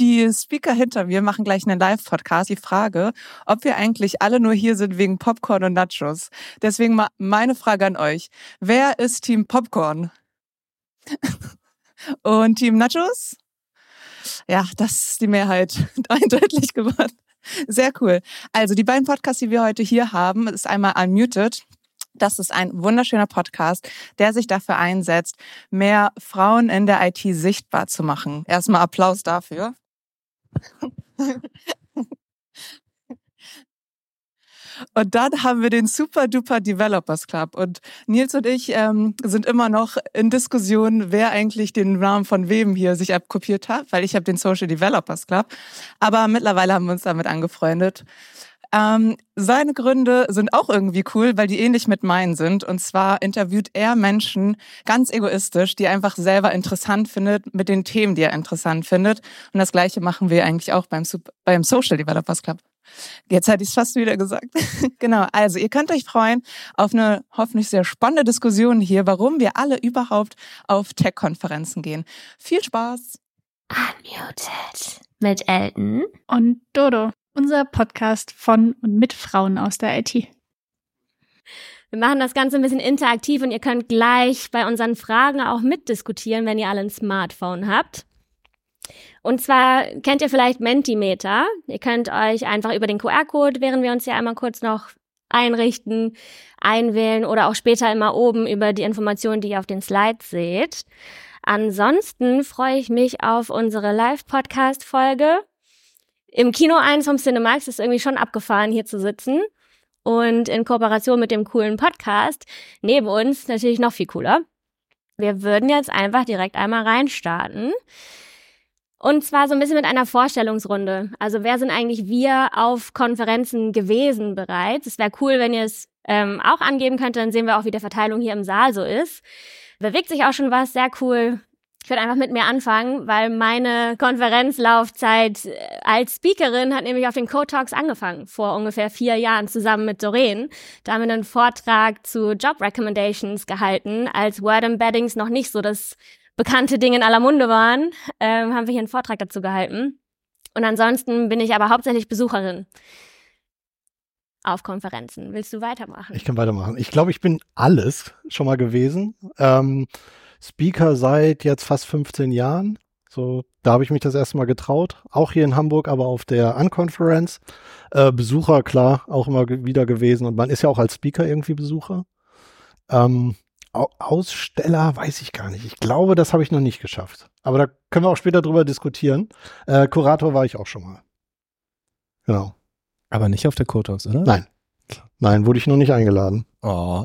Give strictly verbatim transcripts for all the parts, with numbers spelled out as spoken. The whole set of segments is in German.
Die Speaker hinter mir machen gleich einen Live-Podcast. Die Frage, ob wir eigentlich alle nur hier sind wegen Popcorn und Nachos. Deswegen mal meine Frage an euch. Wer ist Team Popcorn? Und Team Nachos? Ja, das ist die Mehrheit. Eindeutig geworden. Sehr cool. Also die beiden Podcasts, die wir heute hier haben, ist einmal Unmuted. Das ist ein wunderschöner Podcast, der sich dafür einsetzt, mehr Frauen in der I T sichtbar zu machen. Erstmal Applaus dafür. Und dann haben wir den Super Duper Developers Club. Und Nils und ich ähm, sind immer noch in Diskussion, wer eigentlich den Namen von wem hier sich abkopiert hat, weil ich habe den Social Developers Club. Aber mittlerweile haben wir uns damit angefreundet. Ähm, seine Gründe sind auch irgendwie cool, weil die ähnlich mit meinen sind. Und zwar interviewt er Menschen ganz egoistisch, die er einfach selber interessant findet, mit den Themen, die er interessant findet. Und das Gleiche machen wir eigentlich auch beim, Super, beim Social Developers Club. Jetzt hatte ich es fast wieder gesagt. Genau, also ihr könnt euch freuen auf eine hoffentlich sehr spannende Diskussion hier, warum wir alle überhaupt auf Tech-Konferenzen gehen. Viel Spaß! Unmuted mit Elton und Dodo. Unser Podcast von und mit Frauen aus der I T. Wir machen das Ganze ein bisschen interaktiv und ihr könnt gleich bei unseren Fragen auch mitdiskutieren, wenn ihr alle ein Smartphone habt. Und zwar kennt ihr vielleicht Mentimeter. Ihr könnt euch einfach über den Q R-Code, während wir uns hier einmal kurz noch einrichten, einwählen oder auch später immer oben über die Informationen, die ihr auf den Slides seht. Ansonsten freue ich mich auf unsere Live-Podcast-Folge. Im Kino eins vom Cinemax ist irgendwie schon abgefahren, hier zu sitzen. Und in Kooperation mit dem coolen Podcast neben uns natürlich noch viel cooler. Wir würden jetzt einfach direkt einmal reinstarten. Und zwar so ein bisschen mit einer Vorstellungsrunde. Also wer sind eigentlich wir auf Konferenzen gewesen bereits? Es wäre cool, wenn ihr es ähm, auch angeben könnt, dann sehen wir auch, wie der Verteilung hier im Saal so ist. Bewegt sich auch schon was, sehr cool. Ich würde einfach mit mir anfangen, weil meine Konferenzlaufzeit als Speakerin hat nämlich auf den Code Talks angefangen, vor ungefähr vier Jahren zusammen mit Doreen. Da haben wir einen Vortrag zu Job Recommendations gehalten, als Word Embeddings noch nicht so das bekannte Ding in aller Munde waren, ähm, haben wir hier einen Vortrag dazu gehalten. Und ansonsten bin ich aber hauptsächlich Besucherin auf Konferenzen. Willst du weitermachen? Ich kann weitermachen. Ich glaube, ich bin alles schon mal gewesen. Ähm, Speaker seit jetzt fast fünfzehn Jahren. So, da habe ich mich das erste Mal getraut. Auch hier in Hamburg, aber auf der Unconference. Äh, Besucher, klar, auch immer ge- wieder gewesen. Und man ist ja auch als Speaker irgendwie Besucher. Ähm, Au- Aussteller weiß ich gar nicht. Ich glaube, das habe ich noch nicht geschafft. Aber da können wir auch später drüber diskutieren. Äh, Kurator war ich auch schon mal. Genau. Aber nicht auf der Code Talks, oder? Nein. Nein, wurde ich noch nicht eingeladen. Oh.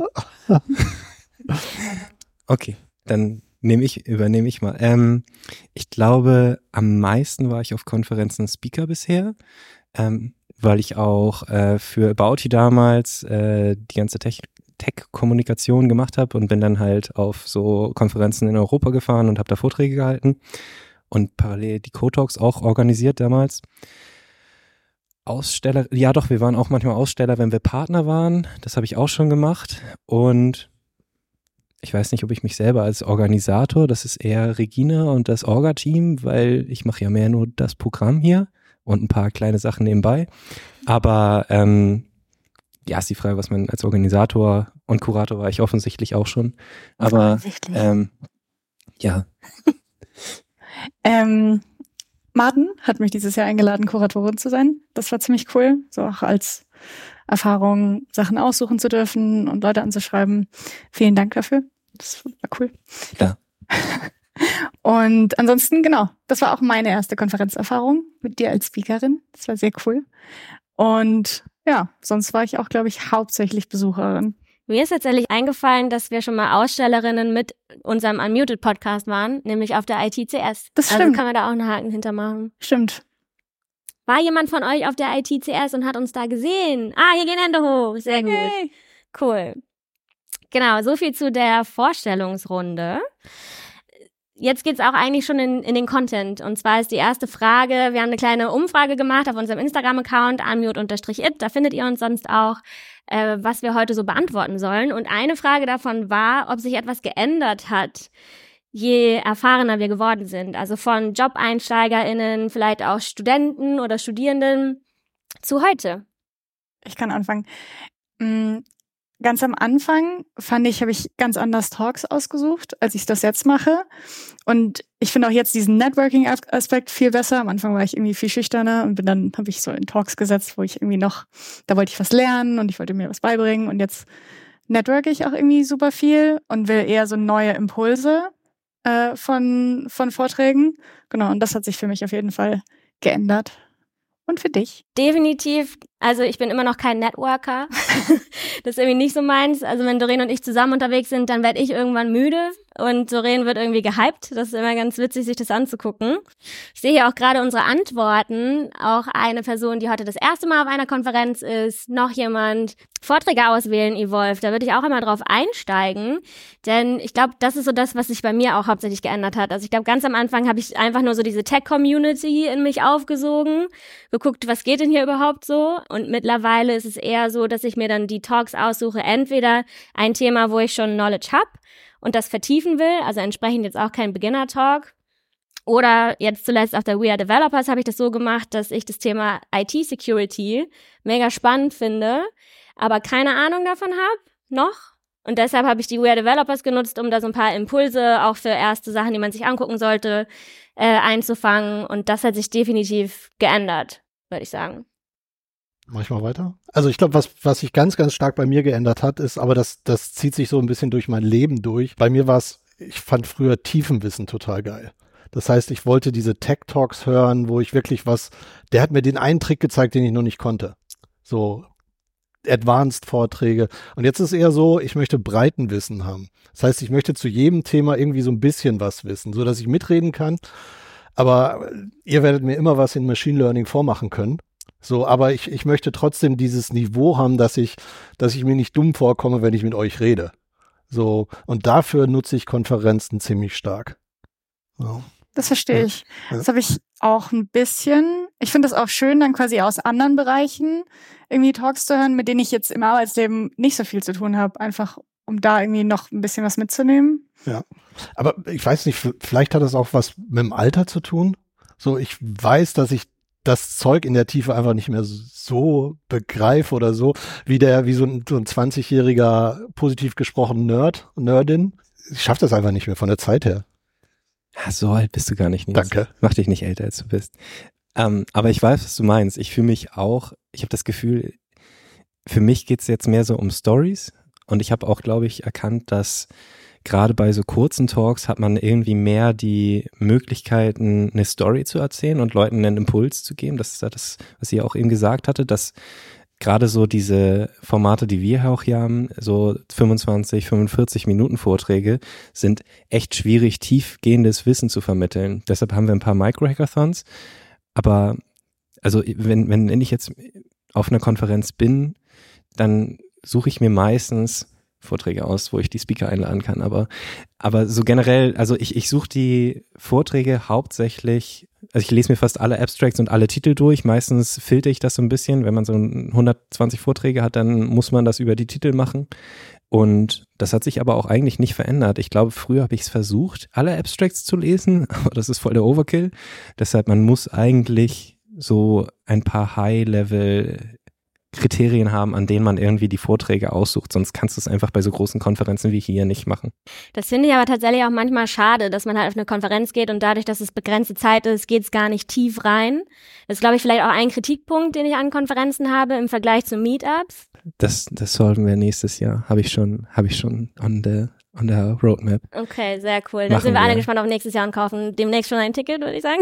Okay, dann nehme ich, übernehme ich mal. Ähm, ich glaube, am meisten war ich auf Konferenzen Speaker bisher, ähm, weil ich auch äh, für About You damals äh, die ganze Tech- Tech-Kommunikation gemacht habe und bin dann halt auf so Konferenzen in Europa gefahren und habe da Vorträge gehalten und parallel die Code Talks auch organisiert damals. Aussteller, ja doch, wir waren auch manchmal Aussteller, wenn wir Partner waren. Das habe ich auch schon gemacht. Und ich weiß nicht, ob ich mich selber als Organisator, das ist eher Regina und das Orga-Team, weil ich mache ja mehr nur das Programm hier und ein paar kleine Sachen nebenbei. Aber ähm, ja, ist die Frage, was man als Organisator und Kurator war ich offensichtlich auch schon. Aber ähm, ja. ähm, Martin hat mich dieses Jahr eingeladen, Kuratorin zu sein. Das war ziemlich cool, so auch als Erfahrung, Sachen aussuchen zu dürfen und Leute anzuschreiben. Vielen Dank dafür. Das war cool. Ja. Und ansonsten, genau, das war auch meine erste Konferenzerfahrung mit dir als Speakerin. Das war sehr cool. Und ja, sonst war ich auch, glaube ich, hauptsächlich Besucherin. Mir ist tatsächlich eingefallen, dass wir schon mal Ausstellerinnen mit unserem Unmuted-Podcast waren, nämlich auf der I T C S. Das stimmt. Also kann man da auch einen Haken hintermachen. Stimmt. War jemand von euch auf der I T C S und hat uns da gesehen? Ah, hier gehen Hände hoch. Sehr gut. Hey. Cool. Genau, so viel zu der Vorstellungsrunde. Jetzt geht's auch eigentlich schon in, in den Content. Und zwar ist die erste Frage, wir haben eine kleine Umfrage gemacht auf unserem Instagram-Account, unmute-it, da findet ihr uns sonst auch, äh, was wir heute so beantworten sollen. Und eine Frage davon war, ob sich etwas geändert hat je erfahrener wir geworden sind. Also von JobeinsteigerInnen, vielleicht auch Studenten oder Studierenden zu heute. Ich kann anfangen. Ganz am Anfang fand ich, habe ich ganz anders Talks ausgesucht, als ich das jetzt mache. Und ich finde auch jetzt diesen Networking-Aspekt viel besser. Am Anfang war ich irgendwie viel schüchterner und bin dann, habe ich so in Talks gesetzt, wo ich irgendwie noch, da wollte ich was lernen und ich wollte mir was beibringen. Und jetzt network ich auch irgendwie super viel und will eher so neue Impulse äh, von, von Vorträgen. Genau, und das hat sich für mich auf jeden Fall geändert. Und für dich? Definitiv. Also ich bin immer noch kein Networker. Das ist irgendwie nicht so meins. Also wenn Doreen und ich zusammen unterwegs sind, dann werde ich irgendwann müde und Doreen wird irgendwie gehypt. Das ist immer ganz witzig, sich das anzugucken. Ich sehe hier auch gerade unsere Antworten. Auch eine Person, die heute das erste Mal auf einer Konferenz ist, noch jemand. Vorträge auswählen, Evolve. Da würde ich auch einmal drauf einsteigen. Denn ich glaube, das ist so das, was sich bei mir auch hauptsächlich geändert hat. Also ich glaube, ganz am Anfang habe ich einfach nur so diese Tech-Community in mich aufgesogen, geguckt, was geht denn hier überhaupt so? Und mittlerweile ist es eher so, dass ich mir dann die Talks aussuche, entweder ein Thema, wo ich schon Knowledge habe und das vertiefen will, also entsprechend jetzt auch kein Beginner-Talk. Oder jetzt zuletzt auf der We Are Developers habe ich das so gemacht, dass ich das Thema I T-Security mega spannend finde, aber keine Ahnung davon habe, noch. Und deshalb habe ich die We Are Developers genutzt, um da so ein paar Impulse auch für erste Sachen, die man sich angucken sollte, äh, einzufangen. Und das hat sich definitiv geändert, würde ich sagen. Mach ich mal weiter? Also ich glaube, was was sich ganz, ganz stark bei mir geändert hat, ist, aber das das zieht sich so ein bisschen durch mein Leben durch. Bei mir war es, ich fand früher Tiefenwissen total geil. Das heißt, ich wollte diese Tech-Talks hören, wo ich wirklich was, der hat mir den einen Trick gezeigt, den ich noch nicht konnte. So Advanced-Vorträge. Und jetzt ist eher so, ich möchte breiten Wissen haben. Das heißt, ich möchte zu jedem Thema irgendwie so ein bisschen was wissen, so dass ich mitreden kann. Aber ihr werdet mir immer was in Machine Learning vormachen können. So, aber ich, ich möchte trotzdem dieses Niveau haben, dass ich, dass ich mir nicht dumm vorkomme, wenn ich mit euch rede. So, und dafür nutze ich Konferenzen ziemlich stark. So. Das verstehe ich. Ja. Das habe ich auch ein bisschen. Ich finde das auch schön, dann quasi aus anderen Bereichen irgendwie Talks zu hören, mit denen ich jetzt im Arbeitsleben nicht so viel zu tun habe, einfach um da irgendwie noch ein bisschen was mitzunehmen. Ja, aber ich weiß nicht, vielleicht hat das auch was mit dem Alter zu tun. So, ich weiß, dass ich das Zeug in der Tiefe einfach nicht mehr so begreife oder so, wie der, wie so ein, so ein zwanzigjähriger positiv gesprochen Nerd, Nerdin. Ich schaffe das einfach nicht mehr von der Zeit her. Ja, so alt bist du gar nicht, Nils. Danke. Mach dich nicht älter, als du bist. Ähm, aber ich weiß, was du meinst. Ich fühle mich auch, ich habe das Gefühl, für mich geht's jetzt mehr so um Stories. Und ich habe auch, glaube ich, erkannt, dass gerade bei so kurzen Talks hat man irgendwie mehr die Möglichkeiten, eine Story zu erzählen und Leuten einen Impuls zu geben. Das ist ja das, was ihr auch eben gesagt hatte, dass gerade so diese Formate, die wir auch hier haben, so fünfundzwanzig, fünfundvierzig Minuten Vorträge, sind echt schwierig, tiefgehendes Wissen zu vermitteln. Deshalb haben wir ein paar Micro-Hackathons. Aber also wenn, wenn, wenn ich jetzt auf einer Konferenz bin, dann suche ich mir meistens Vorträge aus, wo ich die Speaker einladen kann. Aber, aber so generell, also ich, ich suche die Vorträge hauptsächlich, also ich lese mir fast alle Abstracts und alle Titel durch. Meistens filter ich das so ein bisschen. Wenn man so hundertzwanzig Vorträge hat, dann muss man das über die Titel machen. Und das hat sich aber auch eigentlich nicht verändert. Ich glaube, früher habe ich es versucht, alle Abstracts zu lesen, aber das ist voll der Overkill. Deshalb, man muss eigentlich so ein paar High-Level Kriterien haben, an denen man irgendwie die Vorträge aussucht. Sonst kannst du es einfach bei so großen Konferenzen wie hier nicht machen. Das finde ich aber tatsächlich auch manchmal schade, dass man halt auf eine Konferenz geht und dadurch, dass es begrenzte Zeit ist, geht es gar nicht tief rein. Das ist, glaube ich, vielleicht auch ein Kritikpunkt, den ich an Konferenzen habe im Vergleich zu Meetups. Das, das solven wir nächstes Jahr. Habe ich schon, habe ich schon on the on der Roadmap. Okay, sehr cool. Dann Machen sind wir alle wir. gespannt auf nächstes Jahr und kaufen demnächst schon ein Ticket, würde ich sagen.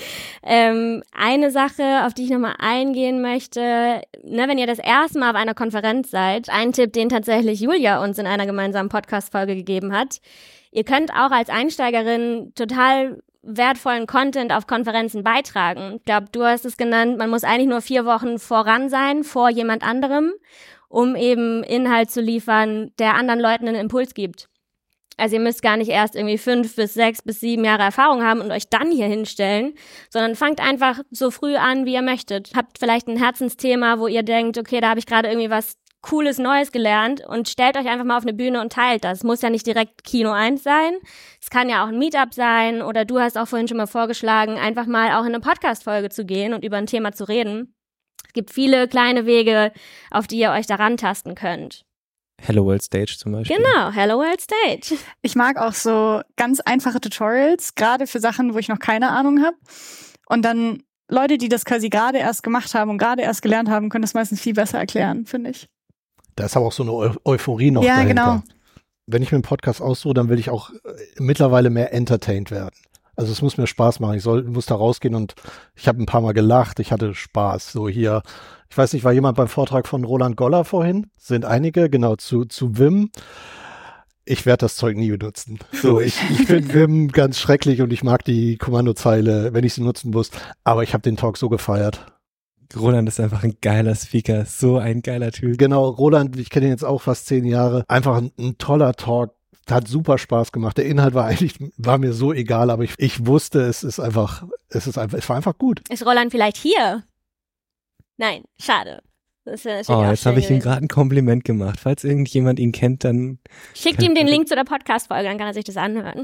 ähm, eine Sache, auf die ich nochmal eingehen möchte, ne, wenn ihr das erste Mal auf einer Konferenz seid, ein Tipp, den tatsächlich Julia uns in einer gemeinsamen Podcast-Folge gegeben hat. Ihr könnt auch als Einsteigerin total wertvollen Content auf Konferenzen beitragen. Ich glaube, du hast es genannt, man muss eigentlich nur vier Wochen voran sein, vor jemand anderem, um eben Inhalt zu liefern, der anderen Leuten einen Impuls gibt. Also ihr müsst gar nicht erst irgendwie fünf bis sechs bis sieben Jahre Erfahrung haben und euch dann hier hinstellen, sondern fangt einfach so früh an, wie ihr möchtet. Habt vielleicht ein Herzensthema, wo ihr denkt, okay, da habe ich gerade irgendwie was Cooles Neues gelernt und stellt euch einfach mal auf eine Bühne und teilt das. Muss ja nicht direkt Kino eins sein. Es kann ja auch ein Meetup sein oder du hast auch vorhin schon mal vorgeschlagen, einfach mal auch in eine Podcast-Folge zu gehen und über ein Thema zu reden. Es gibt viele kleine Wege, auf die ihr euch daran tasten könnt. Hello World Stage zum Beispiel. Genau, Hello World Stage. Ich mag auch so ganz einfache Tutorials, gerade für Sachen, wo ich noch keine Ahnung habe. Und dann Leute, die das quasi gerade erst gemacht haben und gerade erst gelernt haben, können das meistens viel besser erklären, finde ich. Da ist aber auch so eine Eu- Euphorie noch ja, dahinter. Genau. Wenn ich mir einen Podcast aussuche, dann will ich auch mittlerweile mehr entertained werden. Also es muss mir Spaß machen. Ich soll, muss da rausgehen und ich habe ein paar Mal gelacht. Ich hatte Spaß. So hier, ich weiß nicht, war jemand beim Vortrag von Roland Goller vorhin? Sind einige, genau, zu, zu Wim. Ich werde das Zeug nie benutzen. So, ich, ich finde Wim ganz schrecklich und ich mag die Kommandozeile, wenn ich sie nutzen muss. Aber ich habe den Talk so gefeiert. Roland ist einfach ein geiler Speaker, so ein geiler Typ. Genau, Roland, ich kenne ihn jetzt auch fast zehn Jahre. Einfach ein, ein toller Talk, hat super Spaß gemacht. Der Inhalt war eigentlich, war mir so egal, aber ich, ich wusste, es ist einfach, es ist einfach, es war einfach gut. Ist Roland vielleicht hier? Nein, schade. Das ist ja natürlich Oh, auch jetzt schön habe ich ihm gewesen. gerade ein Kompliment gemacht. Falls irgendjemand ihn kennt, dann Schickt ihm den Link zu der Podcast-Folge, dann kann er sich das anhören.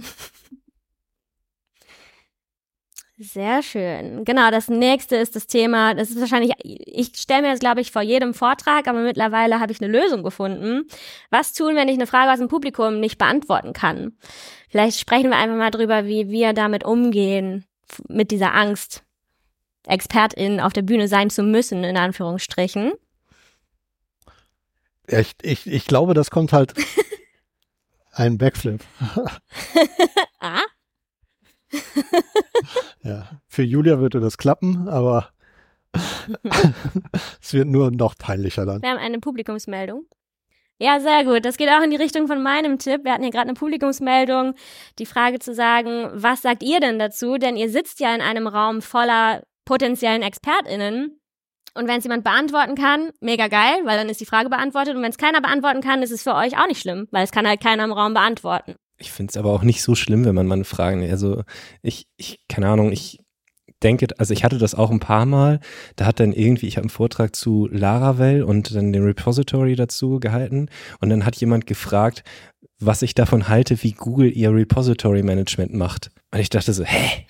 Sehr schön. Genau, das nächste ist das Thema, das ist wahrscheinlich, ich stelle mir das, glaube ich, vor jedem Vortrag, aber mittlerweile habe ich eine Lösung gefunden. Was tun, wenn ich eine Frage aus dem Publikum nicht beantworten kann? Vielleicht sprechen wir einfach mal drüber, wie wir damit umgehen, mit dieser Angst, ExpertIn auf der Bühne sein zu müssen, in Anführungsstrichen. Ja, ich, ich, ich glaube, das kommt halt ein Backflip. ah? Ja, für Julia würde das klappen, aber es wird nur noch peinlicher dann. Wir haben eine Publikumsmeldung. Ja, sehr gut. Das geht auch in die Richtung von meinem Tipp. Wir hatten hier gerade eine Publikumsmeldung. Die Frage zu sagen, was sagt ihr denn dazu? Denn ihr sitzt ja in einem Raum voller potenziellen ExpertInnen. Und wenn es jemand beantworten kann, mega geil, weil dann ist die Frage beantwortet. Und wenn es keiner beantworten kann, ist es für euch auch nicht schlimm, weil es kann halt keiner im Raum beantworten. ich finde es aber auch nicht so schlimm, wenn man mal Fragen, also ich, ich, keine Ahnung, ich denke, also ich hatte das auch ein paar Mal, da hat dann irgendwie, ich habe einen Vortrag zu Laravel und dann den Repository dazu gehalten und dann hat jemand gefragt, was ich davon halte, wie Google ihr Repository Management macht. Und ich dachte so, hä?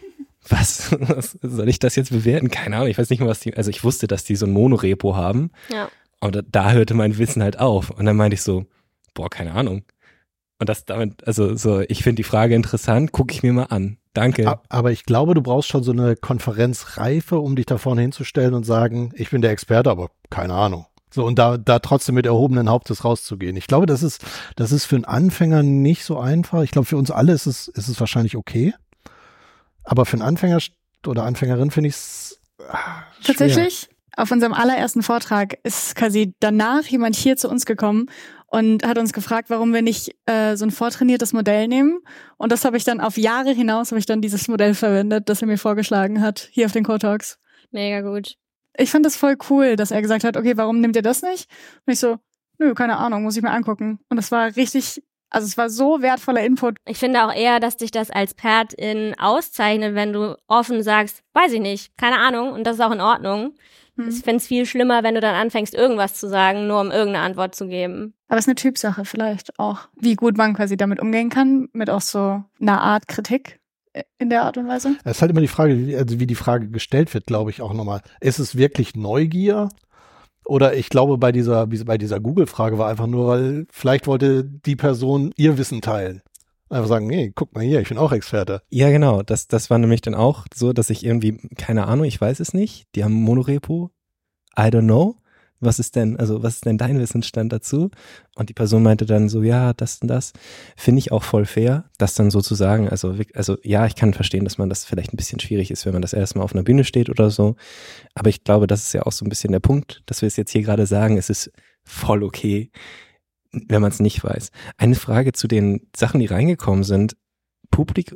Was? was? Soll ich das jetzt bewerten? Keine Ahnung, ich weiß nicht mehr, was die, also ich wusste, dass die so ein Monorepo haben. Ja. Und da, da hörte mein Wissen halt auf. Und dann meinte ich so, boah, keine Ahnung. Und das damit, also so, ich finde die Frage interessant, gucke ich mir mal an. Danke. Aber ich glaube, du brauchst schon so eine Konferenzreife, um dich da vorne hinzustellen und sagen, ich bin der Experte, aber keine Ahnung. So, und da, da trotzdem mit erhobenen Hauptes rauszugehen. Ich glaube, das ist, das ist für einen Anfänger nicht so einfach. Ich glaube, für uns alle ist es, ist es wahrscheinlich okay. Aber für einen Anfänger oder Anfängerin finde ich es tatsächlich. Auf unserem allerersten Vortrag ist quasi danach jemand hier zu uns gekommen und hat uns gefragt, warum wir nicht äh, so ein vortrainiertes Modell nehmen. Und das habe ich dann auf Jahre hinaus, habe ich dann dieses Modell verwendet, das er mir vorgeschlagen hat, hier auf den Cotalks. Mega gut. Ich fand das voll cool, dass er gesagt hat, okay, warum nehmt ihr das nicht? Und ich so, nö, keine Ahnung, muss ich mir angucken. Und das war richtig, also es war so wertvoller Input. Ich finde auch eher, dass dich das als Expertin auszeichnet, wenn du offen sagst, weiß ich nicht, keine Ahnung, und das ist auch in Ordnung. Hm. Ich finde es viel schlimmer, wenn du dann anfängst, irgendwas zu sagen, nur um irgendeine Antwort zu geben. Aber es ist eine Typsache vielleicht auch, wie gut man quasi damit umgehen kann, mit auch so einer Art Kritik in der Art und Weise. Es ist halt immer die Frage, wie, also wie die Frage gestellt wird, glaube ich auch nochmal. Ist es wirklich Neugier? Oder ich glaube, bei dieser, bei dieser Google-Frage war einfach nur, weil vielleicht wollte die Person ihr Wissen teilen. Einfach sagen, nee, guck mal hier, ich bin auch Experte. Ja, genau. Das, das war nämlich dann auch so, dass ich irgendwie, keine Ahnung, ich weiß es nicht. Die haben Monorepo. I don't know. Was ist denn, also was ist denn dein Wissensstand dazu? Und die Person meinte dann so, ja, das und das. Finde ich auch voll fair, das dann so zu sagen. Also, also ja, ich kann verstehen, dass man das vielleicht ein bisschen schwierig ist, wenn man das erstmal auf einer Bühne steht oder so. Aber ich glaube, das ist ja auch so ein bisschen der Punkt, dass wir es jetzt hier gerade sagen. Es ist voll okay, wenn man es nicht weiß. Eine Frage zu den Sachen, die reingekommen sind. Publik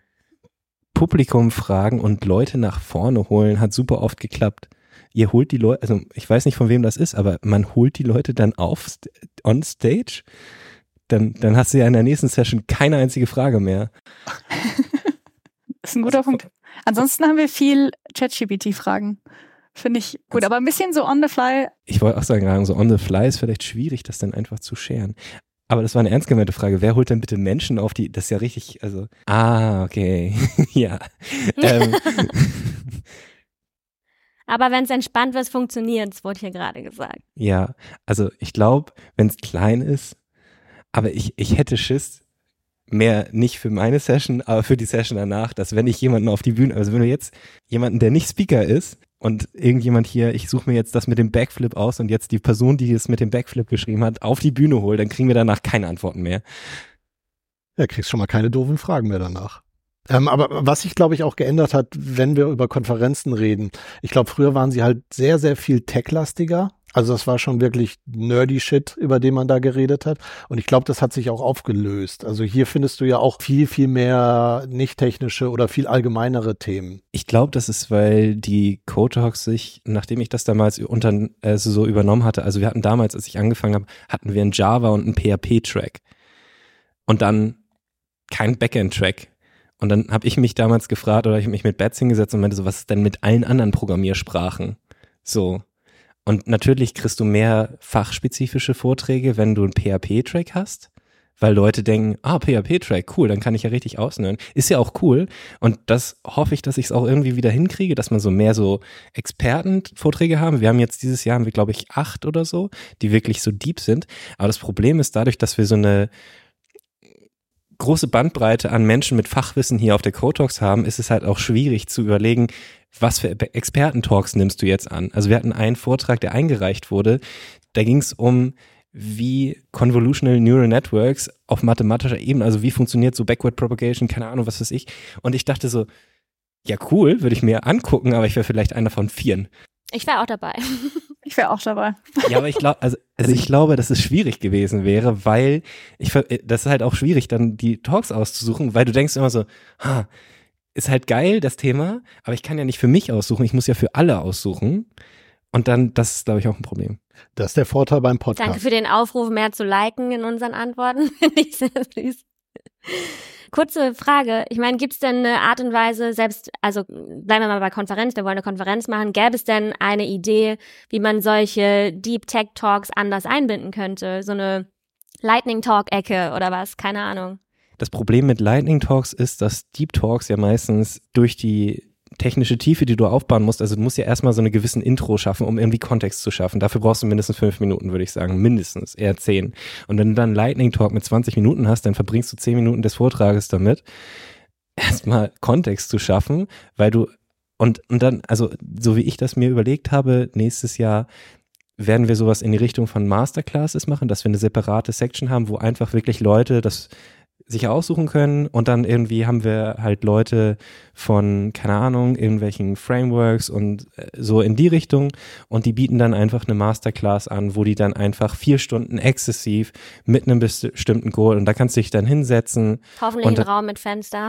Publikum fragen und Leute nach vorne holen hat super oft geklappt. Ihr holt die Leute, also ich weiß nicht, von wem das ist, aber man holt die Leute dann auf, on stage, dann, dann hast du ja in der nächsten Session keine einzige Frage mehr. Das ist ein guter Punkt. Ansonsten haben wir viel ChatGPT-Fragen. Finde ich gut, aber ein bisschen so on the fly. Ich wollte auch sagen, so on the fly ist vielleicht schwierig, das dann einfach zu scheren. Aber das war eine ernst gemeinte Frage. Wer holt denn bitte Menschen auf die, das ist ja richtig, also, ah, okay, ja. ähm. Aber wenn es entspannt wird, funktioniert es, wurde hier gerade gesagt. Ja, also ich glaube, wenn es klein ist, aber ich, ich hätte Schiss, mehr nicht für meine Session, aber für die Session danach, dass wenn ich jemanden auf die Bühne, also wenn du jetzt jemanden, der nicht Speaker ist und irgendjemand hier, ich suche mir jetzt das mit dem Backflip aus und jetzt die Person, die es mit dem Backflip geschrieben hat, auf die Bühne hole, dann kriegen wir danach keine Antworten mehr. Ja, kriegst schon mal keine doofen Fragen mehr danach. Ähm, aber was sich, glaube ich, auch geändert hat, wenn wir über Konferenzen reden, ich glaube, früher waren sie halt sehr, sehr viel techlastiger. Also das war schon wirklich nerdy Shit, über den man da geredet hat. Und ich glaube, das hat sich auch aufgelöst. Also hier findest du ja auch viel, viel mehr nicht technische oder viel allgemeinere Themen. Ich glaube, das ist, weil die Code-Talks sich, nachdem ich das damals unter, äh, so übernommen hatte, also wir hatten damals, als ich angefangen habe, hatten wir einen Java und einen P H P-Track. Und dann kein Backend-Track. Und dann habe ich mich damals gefragt, oder ich habe mich mit Bats hingesetzt und meinte so, was ist denn mit allen anderen Programmiersprachen? So. Und natürlich kriegst du mehr fachspezifische Vorträge, wenn du einen P H P-Track hast, weil Leute denken, ah, P H P-Track, cool, dann kann ich ja richtig ausnören. Ist ja auch cool. Und das hoffe ich, dass ich es auch irgendwie wieder hinkriege, dass man so mehr so Expertenvorträge haben. Wir haben jetzt dieses Jahr, haben wir glaube ich acht oder so, die wirklich so deep sind. Aber das Problem ist dadurch, dass wir so eine große Bandbreite an Menschen mit Fachwissen hier auf der Code-Talks haben, ist es halt auch schwierig zu überlegen, was für Experten-Talks nimmst du jetzt an? Also wir hatten einen Vortrag, der eingereicht wurde, da ging es um, wie Convolutional Neural Networks auf mathematischer Ebene, also wie funktioniert so Backward Propagation, keine Ahnung, was weiß ich. Und ich dachte so, ja cool, würde ich mir angucken, aber ich wäre vielleicht einer von vieren. Ich wäre auch dabei. Ich wäre auch dabei. Ja, aber ich glaube, also, also ich glaube, dass es schwierig gewesen wäre, weil ich, das ist halt auch schwierig, dann die Talks auszusuchen, weil du denkst immer so, ha, ist halt geil, das Thema, aber ich kann ja nicht für mich aussuchen, ich muss ja für alle aussuchen. Und dann, das ist, glaube ich, auch ein Problem. Das ist der Vorteil beim Podcast. Danke für den Aufruf, mehr zu liken in unseren Antworten. Finde ich sehr süß. Kurze Frage. Ich meine, gibt es denn eine Art und Weise, selbst, also bleiben wir mal bei Konferenz, wir wollen eine Konferenz machen, gäbe es denn eine Idee, wie man solche Deep Tech Talks anders einbinden könnte? So eine Lightning Talk Ecke oder was? Keine Ahnung. Das Problem mit Lightning Talks ist, dass Deep Talks ja meistens durch die technische Tiefe, die du aufbauen musst, also du musst ja erstmal so eine gewissen Intro schaffen, um irgendwie Kontext zu schaffen. Dafür brauchst du mindestens fünf Minuten, würde ich sagen. Mindestens, eher zehn. Und wenn du dann einen Lightning Talk mit zwanzig Minuten hast, dann verbringst du zehn Minuten des Vortrages damit, erstmal Kontext zu schaffen, weil du, und, und dann, also so wie ich das mir überlegt habe, nächstes Jahr werden wir sowas in die Richtung von Masterclasses machen, dass wir eine separate Section haben, wo einfach wirklich Leute das sich aussuchen können und dann irgendwie haben wir halt Leute von, keine Ahnung, irgendwelchen Frameworks und so in die Richtung und die bieten dann einfach eine Masterclass an, wo die dann einfach vier Stunden exzessiv mit einem bestimmten Goal und da kannst du dich dann hinsetzen. Hoffentlich ein Raum mit Fenster.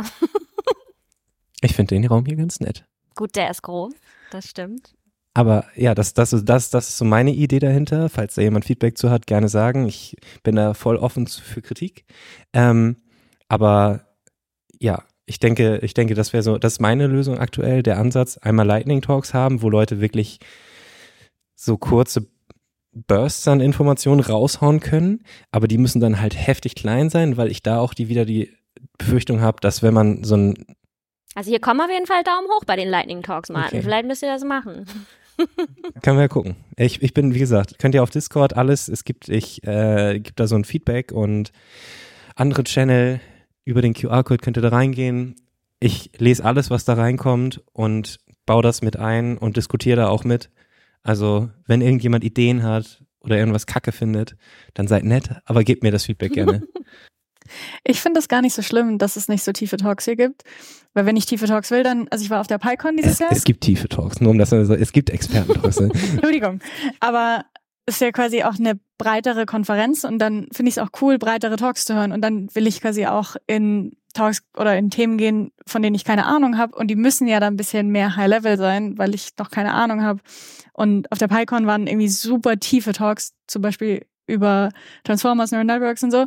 Ich finde den Raum hier ganz nett. Gut, der ist groß, das stimmt. Aber ja, das, das, das, das ist so meine Idee dahinter. Falls da jemand Feedback zu hat, gerne sagen. Ich bin da voll offen für Kritik. Ähm, aber ja, ich denke, ich denke, das wäre so, das ist meine Lösung aktuell, der Ansatz, einmal Lightning Talks haben, wo Leute wirklich so kurze Bursts an Informationen raushauen können, aber die müssen dann halt heftig klein sein, weil ich da auch die wieder die Befürchtung habe, dass wenn man so ein Also hier kommen auf jeden Fall Daumen hoch bei den Lightning Talks, Martin. Okay. Vielleicht müsst ihr das machen. Können wir ja gucken. Ich, ich bin, wie gesagt, könnt ihr auf Discord alles, es gibt, ich, äh, gibt da so ein Feedback und andere Channel, über den Q R-Code könnt ihr da reingehen. Ich lese alles, was da reinkommt und baue das mit ein und diskutiere da auch mit. Also, wenn irgendjemand Ideen hat oder irgendwas Kacke findet, dann seid nett, aber gebt mir das Feedback gerne. Ich finde es gar nicht so schlimm, dass es nicht so tiefe Talks hier gibt. Weil wenn ich tiefe Talks will, dann, also ich war auf der PyCon dieses Es, Jahr. es gibt tiefe Talks, nur um das, also, es gibt Experten-Talks. Ne? Entschuldigung. Aber es ist ja quasi auch eine breitere Konferenz und dann finde ich es auch cool, breitere Talks zu hören. Und dann will ich quasi auch in Talks oder in Themen gehen, von denen ich keine Ahnung habe. Und die müssen ja dann ein bisschen mehr High-Level sein, weil ich noch keine Ahnung habe. Und auf der PyCon waren irgendwie super tiefe Talks, zum Beispiel über Transformers, Neural Networks und so.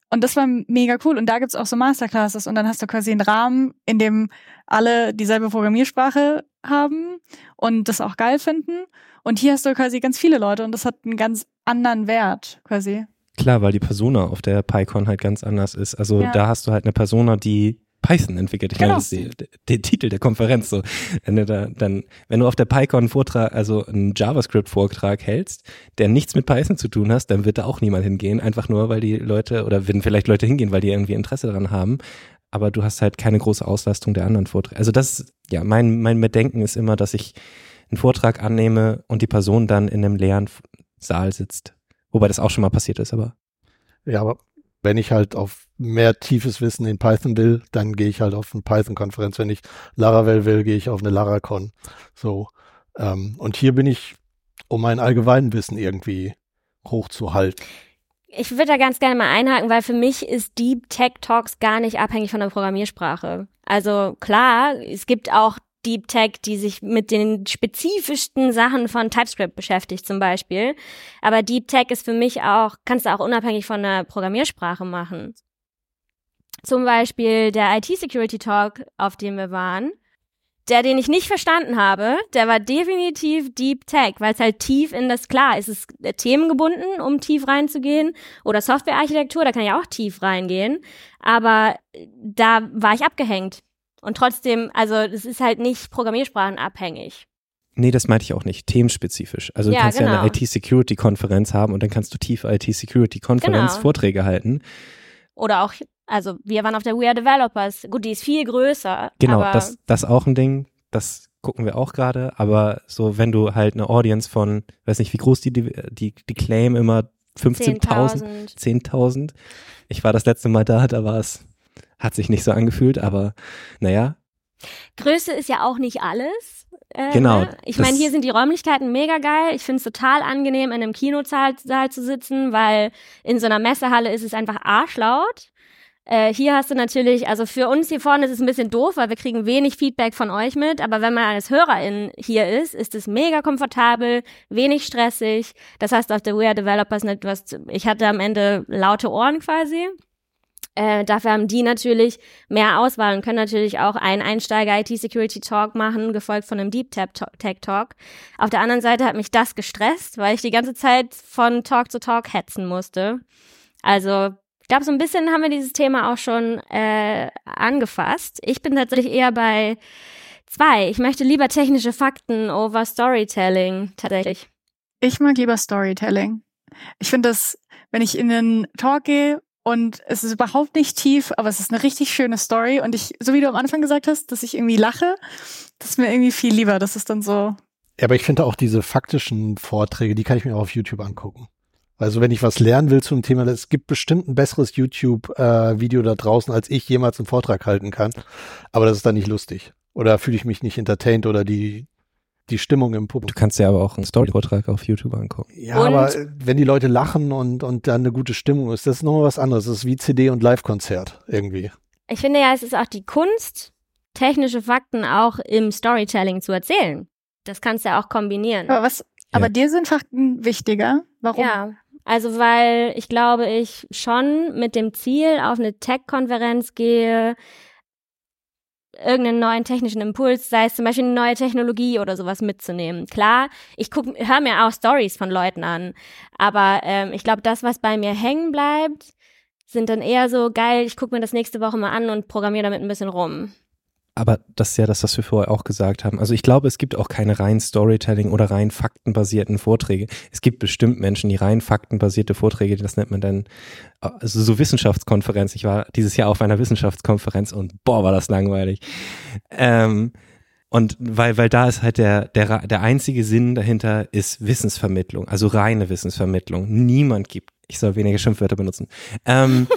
Und das war mega cool. Und da gibt's auch so Masterclasses und dann hast du quasi einen Rahmen, in dem alle dieselbe Programmiersprache haben und das auch geil finden. Und hier hast du quasi ganz viele Leute und das hat einen ganz anderen Wert quasi. Klar, weil die Persona auf der PyCon halt ganz anders ist. Also ja. da hast du halt eine Persona, die Python entwickelt. Ich genau. meine, das ist der, der Titel der Konferenz. So. Wenn du da, dann, wenn du auf der PyCon einen Vortrag, also einen JavaScript-Vortrag hältst, der nichts mit Python zu tun hast, dann wird da auch niemand hingehen, einfach nur, weil die Leute, oder würden vielleicht Leute hingehen, weil die irgendwie Interesse daran haben. Aber du hast halt keine große Auslastung der anderen Vorträge. Also das, ja, mein, mein Bedenken ist immer, dass ich einen Vortrag annehme und die Person dann in einem leeren Saal sitzt. Wobei das auch schon mal passiert ist, aber. Ja, aber wenn ich halt auf mehr tiefes Wissen in Python will, dann gehe ich halt auf eine Python-Konferenz. Wenn ich Laravel will, gehe ich auf eine Laracon. So. Ähm, und hier bin ich, um mein Allgemeinwissen irgendwie hochzuhalten. Ich würde da ganz gerne mal einhaken, weil für mich ist Deep Tech Talks gar nicht abhängig von der Programmiersprache. Also klar, es gibt auch Deep Tech, die sich mit den spezifischsten Sachen von TypeScript beschäftigt zum Beispiel. Aber Deep Tech ist für mich auch, kannst du auch unabhängig von der Programmiersprache machen. Zum Beispiel der I T-Security-Talk, auf dem wir waren, der, den ich nicht verstanden habe, der war definitiv Deep Tech, weil es halt tief in das, klar, ist es themengebunden, um tief reinzugehen, oder Softwarearchitektur, da kann ich auch tief reingehen, aber da war ich abgehängt. Und trotzdem, also das ist halt nicht programmiersprachenabhängig. Nee, das meinte ich auch nicht, themenspezifisch. Also du ja, kannst genau. ja eine I T-Security-Konferenz haben und dann kannst du tiefe I T-Security-Konferenz Genau. Vorträge halten. Oder auch, also wir waren auf der We Are Developers, gut, die ist viel größer. Genau, aber das das auch ein Ding, das gucken wir auch gerade, aber so, wenn du halt eine Audience von, weiß nicht, wie groß die, die, die, die Claim immer, fünfzehntausend, zehntausend. zehntausend. Ich war das letzte Mal da, da war es, hat sich nicht so angefühlt, aber naja. Größe ist ja auch nicht alles. Äh, Genau, Ne? Ich das- meine, hier sind die Räumlichkeiten mega geil. Ich finde es total angenehm, in einem Kinosaal Saal zu sitzen, weil in so einer Messehalle ist es einfach arschlaut. Äh, hier hast du natürlich, also für uns hier vorne ist es ein bisschen doof, weil wir kriegen wenig Feedback von euch mit, aber wenn man als Hörerin hier ist, ist es mega komfortabel, wenig stressig. Das heißt, auf der We Are Developers nicht was, ich hatte am Ende laute Ohren quasi. Äh, dafür haben die natürlich mehr Auswahl und können natürlich auch einen Einsteiger-I T-Security-Talk machen, gefolgt von einem Deep-Tech-Talk. Auf der anderen Seite hat mich das gestresst, weil ich die ganze Zeit von Talk zu Talk hetzen musste. Also ich glaube, so ein bisschen haben wir dieses Thema auch schon äh, angefasst. Ich bin tatsächlich eher bei zwei. Ich möchte lieber technische Fakten over Storytelling, tatsächlich. Ich mag lieber Storytelling. Ich finde das, wenn ich in einen Talk gehe und es ist überhaupt nicht tief, aber es ist eine richtig schöne Story und ich, so wie du am Anfang gesagt hast, dass ich irgendwie lache, das ist mir irgendwie viel lieber. Das ist dann so. Ja, aber ich finde auch diese faktischen Vorträge, die kann ich mir auch auf YouTube angucken. Also wenn ich was lernen will zum Thema, es gibt bestimmt ein besseres YouTube-Video äh, da draußen, als ich jemals einen Vortrag halten kann. Aber das ist dann nicht lustig. Oder fühle ich mich nicht entertained oder die die Stimmung im Du Publikum. kannst ja aber auch einen Story-Vortrag auf YouTube angucken. Ja, Und- aber äh, wenn die Leute lachen und und dann eine gute Stimmung ist, das ist nochmal was anderes. Das ist wie C D und Live-Konzert irgendwie. Ich finde ja, es ist auch die Kunst, technische Fakten auch im Storytelling zu erzählen. Das kannst du ja auch kombinieren. Aber was? Aber dir sind Fakten wichtiger. Warum? Ja, also weil ich glaube, ich schon mit dem Ziel auf eine Tech-Konferenz gehe, irgendeinen neuen technischen Impuls, sei es zum Beispiel eine neue Technologie oder sowas mitzunehmen. Klar, ich guck, höre mir auch Stories von Leuten an, aber ähm, ich glaube, das, was bei mir hängen bleibt, sind dann eher so, geil, ich gucke mir das nächste Woche mal an und programmiere damit ein bisschen rum. Aber das ist ja das, was wir vorher auch gesagt haben. Also ich glaube, es gibt auch keine rein Storytelling oder rein faktenbasierten Vorträge. Es gibt bestimmt Menschen, die rein faktenbasierte Vorträge, das nennt man dann, also so Wissenschaftskonferenz. Ich war dieses Jahr auf einer Wissenschaftskonferenz und boah, war das langweilig. Ähm, und weil, weil da ist halt der, der, der einzige Sinn dahinter ist Wissensvermittlung, also reine Wissensvermittlung. Niemand gibt, ich soll weniger Schimpfwörter benutzen, ähm,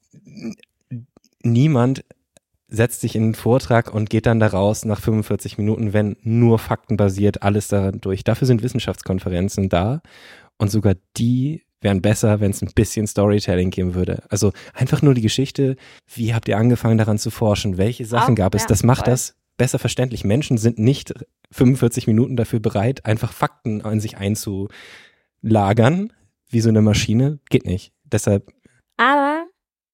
niemand setzt sich in einen Vortrag und geht dann da raus nach fünfundvierzig Minuten, wenn nur faktenbasiert alles daran durch. Dafür sind Wissenschaftskonferenzen da und sogar die wären besser, wenn es ein bisschen Storytelling geben würde. Also einfach nur die Geschichte, wie habt ihr angefangen daran zu forschen, welche Sachen Auch, gab es, ja, das macht voll. das besser verständlich. Menschen sind nicht fünfundvierzig Minuten dafür bereit, einfach Fakten an sich einzulagern, wie so eine Maschine, geht nicht. Deshalb Aber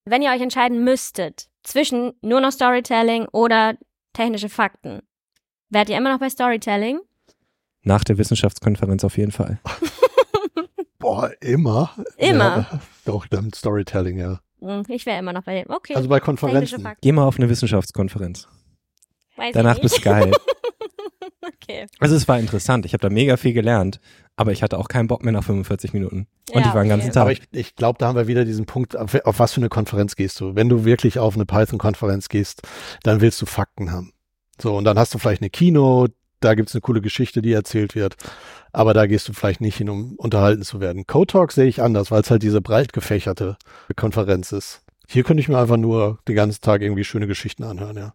Wenn ihr euch entscheiden müsstet zwischen nur noch Storytelling oder technische Fakten, wärt ihr immer noch bei Storytelling? Nach der Wissenschaftskonferenz auf jeden Fall. Boah, immer? Immer? Ja, doch, dann Storytelling, ja. Ich wäre immer noch bei dem. Okay. Also bei Konferenzen. Geh mal auf eine Wissenschaftskonferenz. Weiß Danach ich bist nicht. du geil. Okay. Also es war interessant. Ich habe da mega viel gelernt. Aber ich hatte auch keinen Bock mehr nach fünfundvierzig Minuten. Und Ja, ich war den okay. ganzen Tag. Aber ich, ich glaube, da haben wir wieder diesen Punkt, auf, auf was für eine Konferenz gehst du? Wenn du wirklich auf eine Python-Konferenz gehst, dann willst du Fakten haben. So, und dann hast du vielleicht eine Keynote, da gibt's eine coole Geschichte, die erzählt wird. Aber da gehst du vielleicht nicht hin, um unterhalten zu werden. Code Talk sehe ich anders, weil es halt diese breit gefächerte Konferenz ist. Hier könnte ich mir einfach nur den ganzen Tag irgendwie schöne Geschichten anhören, ja.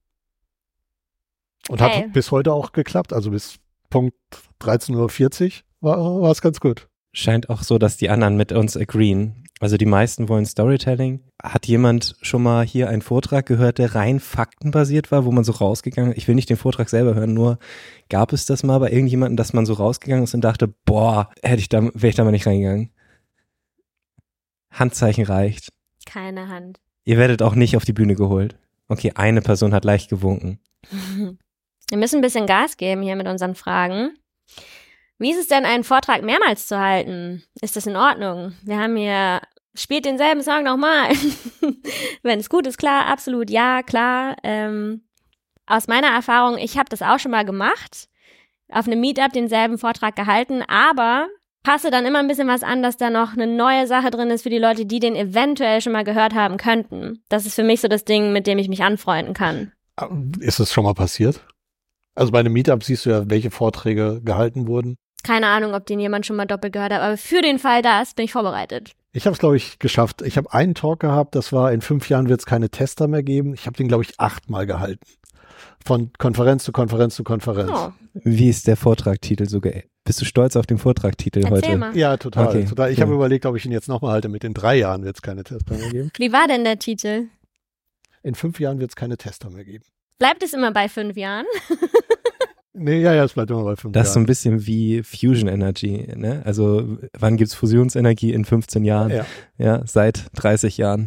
Und Okay. hat bis heute auch geklappt. Also bis Punkt dreizehn Uhr vierzig war, war es ganz gut. Scheint auch so, dass die anderen mit uns agreeen. Also die meisten wollen Storytelling. Hat jemand schon mal hier einen Vortrag gehört, der rein faktenbasiert war, wo man so rausgegangen ist? Ich will nicht den Vortrag selber hören, nur gab es das mal bei irgendjemandem, dass man so rausgegangen ist und dachte, boah, hätte ich da, wäre ich da mal nicht reingegangen. Handzeichen reicht. Keine Hand. Ihr werdet auch nicht auf die Bühne geholt. Okay, eine Person hat leicht gewunken. Wir müssen ein bisschen Gas geben hier mit unseren Fragen. Wie ist es denn, einen Vortrag mehrmals zu halten? Ist das in Ordnung? Wir haben hier, spielt denselben Song nochmal. Wenn es gut ist, klar, absolut, ja, klar. Ähm, aus meiner Erfahrung, ich habe das auch schon mal gemacht, auf einem Meetup denselben Vortrag gehalten, aber passe dann immer ein bisschen was an, dass da noch eine neue Sache drin ist für die Leute, die den eventuell schon mal gehört haben könnten. Das ist für mich so das Ding, mit dem ich mich anfreunden kann. Ist das schon mal passiert? Also bei einem Meetup siehst du ja, welche Vorträge gehalten wurden. Keine Ahnung, ob den jemand schon mal doppelt gehört hat, aber für den Fall das bin ich vorbereitet. Ich habe es, glaube ich, geschafft. Ich habe einen Talk gehabt, das war, in fünf Jahren wird es keine Tester mehr geben. Ich habe den, glaube ich, achtmal gehalten. Von Konferenz zu Konferenz zu Konferenz. Oh, Wie ist der Vortragtitel so? Ge- Bist du stolz auf den Vortragtitel erzähl heute? mal. Ja, total. Okay, total. Ich cool. habe überlegt, ob ich ihn jetzt nochmal halte. Mit den drei Jahren wird es keine Tester mehr geben. Wie war denn der Titel? In fünf Jahren wird es keine Tester mehr geben. Bleibt es immer bei fünf Jahren? Nee, ja, ja, es bleibt immer bei fünf Das ist so ein Jahren. bisschen wie Fusion Energy, ne? Also wann gibt's Fusionsenergie? In fünfzehn Jahren? Ja. Ja, seit dreißig Jahren.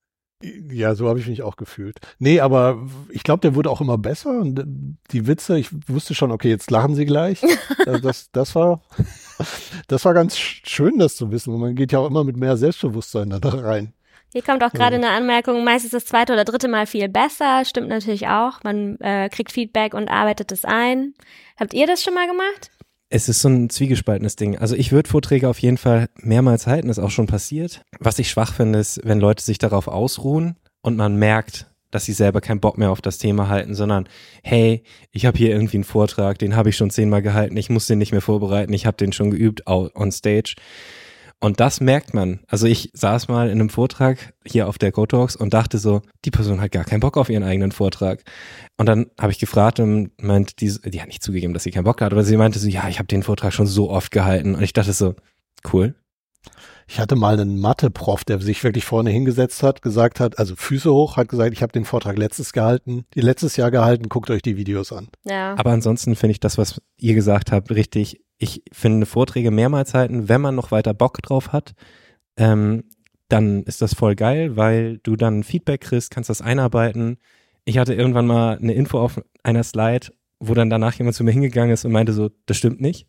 Ja, so habe ich mich auch gefühlt. Nee, aber ich glaube, der wurde auch immer besser und die Witze, ich wusste schon, okay, jetzt lachen sie gleich. Also das, das war, das war ganz schön, das zu wissen. Und man geht ja auch immer mit mehr Selbstbewusstsein da rein. Hier kommt auch gerade Ja. eine Anmerkung, meistens das zweite oder dritte Mal viel besser. Stimmt natürlich auch. Man äh, kriegt Feedback und arbeitet es ein. Habt ihr das schon mal gemacht? Es ist so ein zwiegespaltenes Ding. Also ich würde Vorträge auf jeden Fall mehrmals halten, ist auch schon passiert. Was ich schwach finde, ist, wenn Leute sich darauf ausruhen und man merkt, dass sie selber keinen Bock mehr auf das Thema halten, sondern hey, ich habe hier irgendwie einen Vortrag, den habe ich schon zehnmal gehalten, ich muss den nicht mehr vorbereiten, ich habe den schon geübt on stage. Und das merkt man. Also ich saß mal in einem Vortrag hier auf der GoTalks und dachte so, die Person hat gar keinen Bock auf ihren eigenen Vortrag. Und dann habe ich gefragt und meinte, die, die hat nicht zugegeben, dass sie keinen Bock hat, aber sie meinte so, ja, ich habe den Vortrag schon so oft gehalten. Und ich dachte so, cool. Ich hatte mal einen Mathe-Prof, der sich wirklich vorne hingesetzt hat, gesagt hat, also Füße hoch, hat gesagt, ich habe den Vortrag letztes gehalten, die letztes Jahr gehalten, guckt euch die Videos an. Ja. Aber ansonsten finde ich das, was ihr gesagt habt, richtig. Ich finde Vorträge mehrmals halten, wenn man noch weiter Bock drauf hat, ähm, dann ist das voll geil, weil du dann Feedback kriegst, kannst das einarbeiten. Ich hatte irgendwann mal eine Info auf einer Slide, wo dann danach jemand zu mir hingegangen ist und meinte so, das stimmt nicht.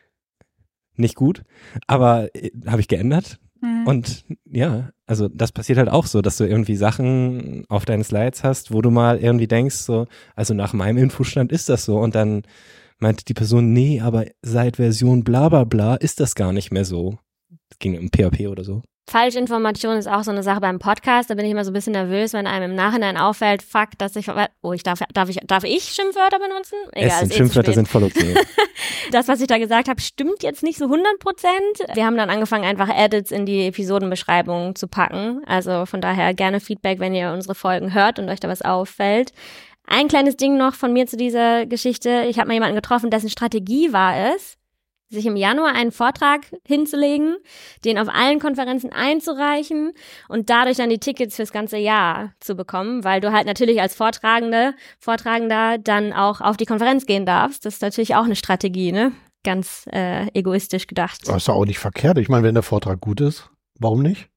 Nicht gut, aber äh, habe ich geändert. Mhm. Und ja, also das passiert halt auch so, dass du irgendwie Sachen auf deinen Slides hast, wo du mal irgendwie denkst, so, also nach meinem Infostand ist das so. Und dann meinte die Person, nee, aber seit Version bla bla bla ist das gar nicht mehr so. Es ging um P H P oder so. Falschinformation ist auch so eine Sache beim Podcast. Da bin ich immer so ein bisschen nervös, wenn einem im Nachhinein auffällt, fuck, dass ich, oh, ich darf, darf ich, darf ich Schimpfwörter benutzen? es sind ist eh zu Schimpfwörter spät. sind voll okay. Das, was ich da gesagt habe, stimmt jetzt nicht so hundert Prozent. Wir haben dann angefangen, einfach Edits in die Episodenbeschreibung zu packen. Also von daher gerne Feedback, wenn ihr unsere Folgen hört und euch da was auffällt. Ein kleines Ding noch von mir zu dieser Geschichte. Ich habe mal jemanden getroffen, dessen Strategie war es, sich im Januar einen Vortrag hinzulegen, den auf allen Konferenzen einzureichen und dadurch dann die Tickets fürs ganze Jahr zu bekommen, weil du halt natürlich als Vortragende, Vortragender dann auch auf die Konferenz gehen darfst. Das ist natürlich auch eine Strategie, ne? Ganz äh, egoistisch gedacht. Das ist ja auch nicht verkehrt. Ich meine, wenn der Vortrag gut ist, warum nicht?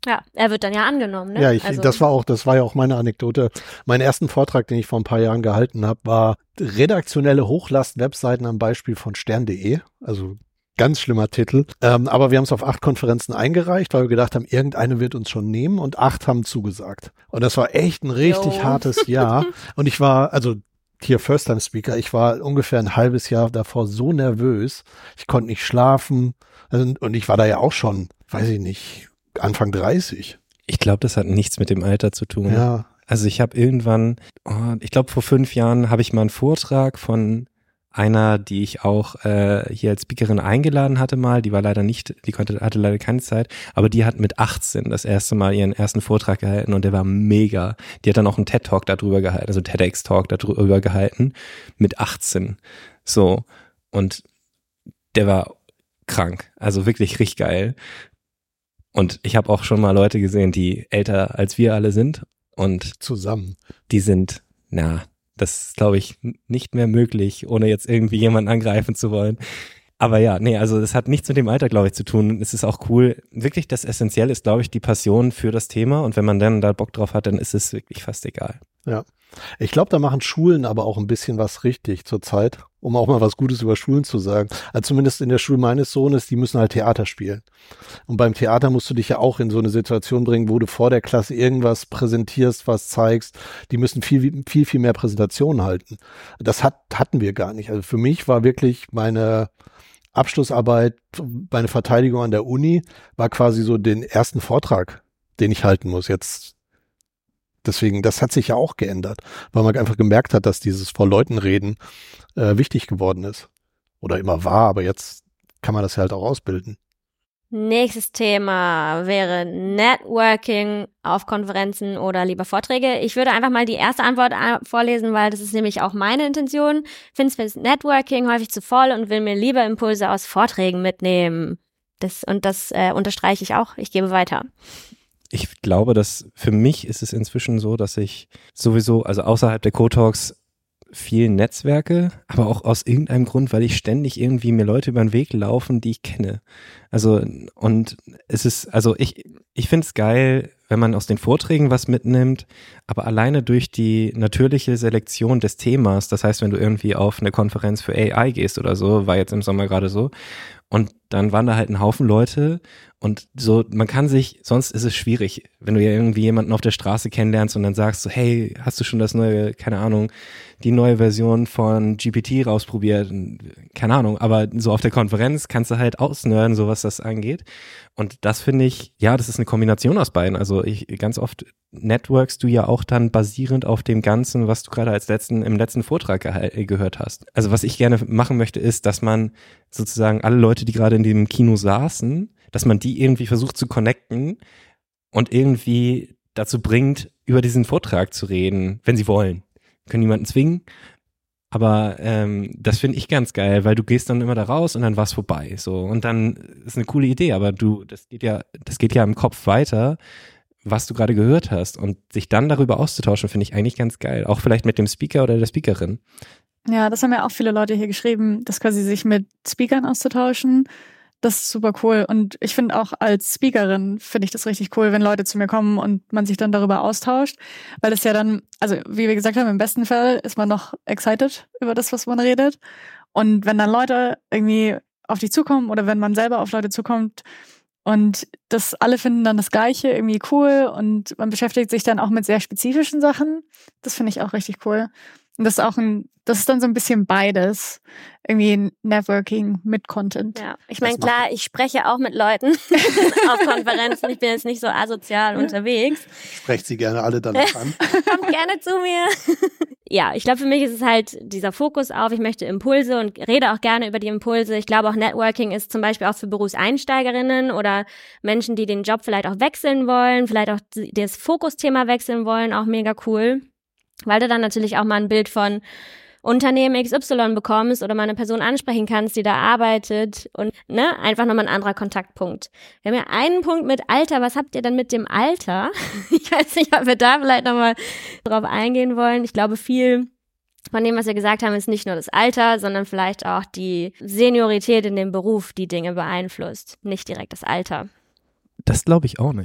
Ja, er wird dann ja angenommen, ne? Ja, ich, also, das war auch, das war ja auch meine Anekdote. Meinen ersten Vortrag, den ich vor ein paar Jahren gehalten habe, war redaktionelle Hochlast-Webseiten am Beispiel von stern punkt de. Also ganz schlimmer Titel. Ähm, aber wir haben es auf acht Konferenzen eingereicht, weil wir gedacht haben, irgendeine wird uns schon nehmen und acht haben zugesagt. Und das war echt ein richtig Jo. hartes Jahr. Und ich war, also hier First-Time-Speaker, ich war ungefähr ein halbes Jahr davor so nervös. Ich konnte nicht schlafen. Also, und ich war da ja auch schon, weiß ich nicht, Anfang dreißig. Ich glaube, das hat nichts mit dem Alter zu tun. Ja. Also ich habe irgendwann, oh, ich glaube vor fünf Jahren habe ich mal einen Vortrag von einer, die ich auch äh, hier als Speakerin eingeladen hatte mal, die war leider nicht, die konnte, hatte leider keine Zeit, aber die hat mit achtzehn das erste Mal ihren ersten Vortrag gehalten und der war mega. Die hat dann auch einen TED-Talk darüber gehalten, also TEDx-Talk darüber gehalten, mit achtzehn. So, und der war krank, also wirklich richtig geil. Und ich habe auch schon mal Leute gesehen, die älter als wir alle sind und Zusammen. die sind, na, das ist, glaube ich, nicht mehr möglich, ohne jetzt irgendwie jemanden angreifen zu wollen. Aber ja, nee, also es hat nichts mit dem Alter, glaube ich, zu tun. Es ist auch cool. Wirklich das Essentielle ist, glaube ich, die Passion für das Thema. Und wenn man dann da Bock drauf hat, dann ist es wirklich fast egal. Ja. Ich glaube, da machen Schulen aber auch ein bisschen was richtig zurzeit, um auch mal was Gutes über Schulen zu sagen. Also zumindest in der Schule meines Sohnes, die müssen halt Theater spielen. Und beim Theater musst du dich ja auch in so eine Situation bringen, wo du vor der Klasse irgendwas präsentierst, was zeigst. Die müssen viel, viel, viel mehr Präsentationen halten. Das hat, hatten wir gar nicht. Also für mich war wirklich meine Abschlussarbeit, meine Verteidigung an der Uni, war quasi so den ersten Vortrag, den ich halten muss. Jetzt Deswegen, das hat sich ja auch geändert, weil man einfach gemerkt hat, dass dieses vor Leuten reden äh, wichtig geworden ist. Oder immer war, aber jetzt kann man das ja halt auch ausbilden. Nächstes Thema wäre Networking auf Konferenzen oder lieber Vorträge. Ich würde einfach mal die erste Antwort vorlesen, weil das ist nämlich auch meine Intention. Ich finde es Networking häufig zu voll und will mir lieber Impulse aus Vorträgen mitnehmen. Das, und das äh, unterstreiche ich auch. Ich gebe weiter. Ich glaube, dass für mich ist es inzwischen so, dass ich sowieso, also außerhalb der Co-Talks viel Netzwerke, aber auch aus irgendeinem Grund, weil ich ständig irgendwie mir Leute über den Weg laufen, die ich kenne. Also und es ist, also ich, ich finde es geil, wenn man aus den Vorträgen was mitnimmt, aber alleine durch die natürliche Selektion des Themas, das heißt, wenn du irgendwie auf eine Konferenz für A I gehst oder so, war jetzt im Sommer gerade so, und dann waren da halt ein Haufen Leute und so, man kann sich, sonst ist es schwierig, wenn du ja irgendwie jemanden auf der Straße kennenlernst und dann sagst so, hey, hast du schon das neue, keine Ahnung, die neue Version von G P T rausprobiert? Keine Ahnung, aber so auf der Konferenz kannst du halt ausnörden, so was das angeht. Und das finde ich, ja, das ist eine Kombination aus beiden. Also ich, ganz oft networkst du ja auch dann basierend auf dem Ganzen, was du gerade als letzten, im letzten Vortrag ge- gehört hast. Also was ich gerne machen möchte, ist, dass man sozusagen alle Leute, die gerade in dem Kino saßen, dass man die irgendwie versucht zu connecten und irgendwie dazu bringt, über diesen Vortrag zu reden, wenn sie wollen. Wir können niemanden zwingen, aber ähm, das finde ich ganz geil, weil du gehst dann immer da raus und dann war's vorbei. So, und dann ist eine coole Idee, aber du, das geht ja, das geht ja im Kopf weiter, was du gerade gehört hast. Und sich dann darüber auszutauschen, finde ich eigentlich ganz geil. Auch vielleicht mit dem Speaker oder der Speakerin. Ja, das haben ja auch viele Leute hier geschrieben, dass quasi sich mit Speakern auszutauschen. Das ist super cool. Und ich finde auch als Speakerin finde ich das richtig cool, wenn Leute zu mir kommen und man sich dann darüber austauscht. Weil es ja dann, also wie wir gesagt haben, im besten Fall ist man noch excited über das, was man redet. Und wenn dann Leute irgendwie auf dich zukommen oder wenn man selber auf Leute zukommt und das alle finden dann das Gleiche irgendwie cool und man beschäftigt sich dann auch mit sehr spezifischen Sachen, das finde ich auch richtig cool. Und das ist auch ein, das ist dann so ein bisschen beides. Irgendwie Networking mit Content. Ja, ich meine, klar, ich spreche auch mit Leuten auf Konferenzen. Ich bin jetzt nicht so asozial ja. unterwegs. Sprecht sie gerne alle danach an. Kommt gerne zu mir. Ja, ich glaube, für mich ist es halt dieser Fokus auf, ich möchte Impulse und rede auch gerne über die Impulse. Ich glaube auch Networking ist zum Beispiel auch für Berufseinsteigerinnen oder Menschen, die den Job vielleicht auch wechseln wollen, vielleicht auch das Fokusthema wechseln wollen, auch mega cool. Weil du dann natürlich auch mal ein Bild von Unternehmen X Y bekommst oder mal eine Person ansprechen kannst, die da arbeitet und ne, einfach nochmal ein anderer Kontaktpunkt. Wir haben ja einen Punkt mit Alter. Was habt ihr denn mit dem Alter? Ich weiß nicht, ob wir da vielleicht nochmal drauf eingehen wollen. Ich glaube, viel von dem, was wir gesagt haben, ist nicht nur das Alter, sondern vielleicht auch die Seniorität in dem Beruf, die Dinge beeinflusst. Nicht direkt das Alter. Das glaube ich auch nicht.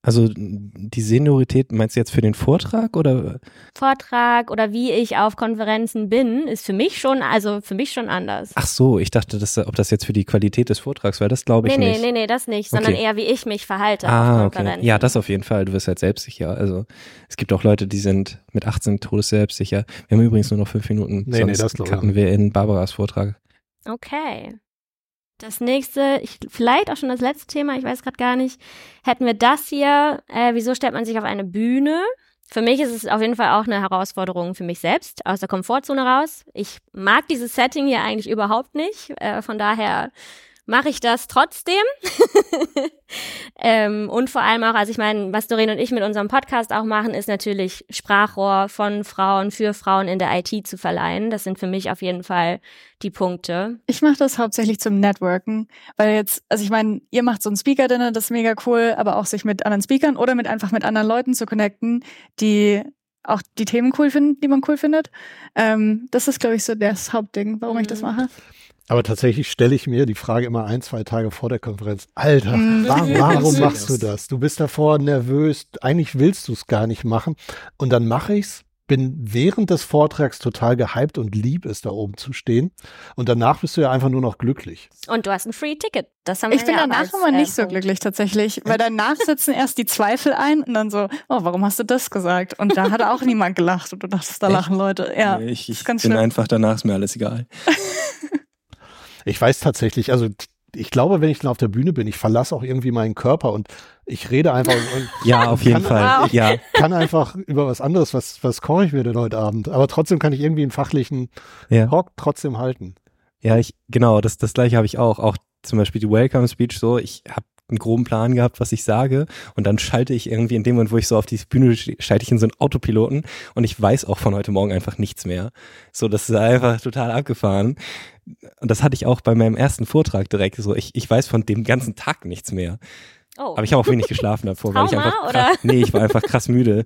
Also die Seniorität meinst du jetzt für den Vortrag oder? Vortrag oder wie ich auf Konferenzen bin, ist für mich schon, also für mich schon anders. Ach so, ich dachte, dass, ob das jetzt für die Qualität des Vortrags war, das glaube ich nee, nicht. Nee, nee, nee, das nicht, sondern okay. eher wie ich mich verhalte ah, auf Konferenzen. Okay. Ja, das auf jeden Fall, du wirst halt selbstsicher. Also es gibt auch Leute, die sind mit achtzehn todes selbstsicher. Wir haben übrigens nur noch fünf Minuten, nee, sonst nee, das cutten wir in Barbaras Vortrag. Okay. Das nächste, ich, vielleicht auch schon das letzte Thema, ich weiß gerade gar nicht, hätten wir das hier, äh, wieso stellt man sich auf eine Bühne? Für mich ist es auf jeden Fall auch eine Herausforderung für mich selbst, aus der Komfortzone raus. Ich mag dieses Setting hier eigentlich überhaupt nicht, äh, von daher mache ich das trotzdem. ähm, und vor allem auch, also ich meine, was Doreen und ich mit unserem Podcast auch machen, ist natürlich Sprachrohr von Frauen für Frauen in der I T zu verleihen. Das sind für mich auf jeden Fall die Punkte. Ich mache das hauptsächlich zum Networken, weil jetzt, also ich meine, ihr macht so ein Speaker-Dinner, das ist mega cool, aber auch sich mit anderen Speakern oder mit einfach mit anderen Leuten zu connecten, die auch die Themen cool finden, die man cool findet. Ähm, das ist, glaube ich, so das Hauptding, warum mhm. ich das mache. Aber tatsächlich stelle ich mir die Frage immer ein, zwei Tage vor der Konferenz. Alter, warum, warum machst du das? Du bist davor nervös, eigentlich willst du es gar nicht machen. Und dann mache ich's, bin während des Vortrags total gehypt und lieb es, da oben zu stehen. Und danach bist du ja einfach nur noch glücklich. Und du hast ein Free-Ticket. Das haben wir ich bin ja danach als, immer äh, nicht so glücklich tatsächlich, weil danach setzen erst die Zweifel ein und dann so, oh, warum hast du das gesagt? Und da hat auch niemand gelacht und du dachtest, da Echt? lachen Leute. Ja, nee, ich, ich ist ganz bin schlimm. einfach, danach ist mir alles egal. Ich weiß tatsächlich, also ich glaube, wenn ich dann auf der Bühne bin, ich verlasse auch irgendwie meinen Körper und ich rede einfach und ja, auf jeden kann, Fall. Ich ja. kann einfach über was anderes, was, was koche ich mir denn heute Abend? Aber trotzdem kann ich irgendwie einen fachlichen ja. Talk trotzdem halten. Ja, ich, genau, das, das gleiche habe ich auch. Auch zum Beispiel die Welcome Speech so, ich habe einen groben Plan gehabt, was ich sage und dann schalte ich irgendwie in dem Moment, wo ich so auf die Bühne schalte ich in so einen Autopiloten und ich weiß auch von heute Morgen einfach nichts mehr. So, das ist einfach total abgefahren. Und das hatte ich auch bei meinem ersten Vortrag direkt so, ich, ich weiß von dem ganzen Tag nichts mehr. Oh. Aber ich habe auch wenig geschlafen davor, weil ich Trauma, einfach oder? krass, nee, ich war einfach krass müde.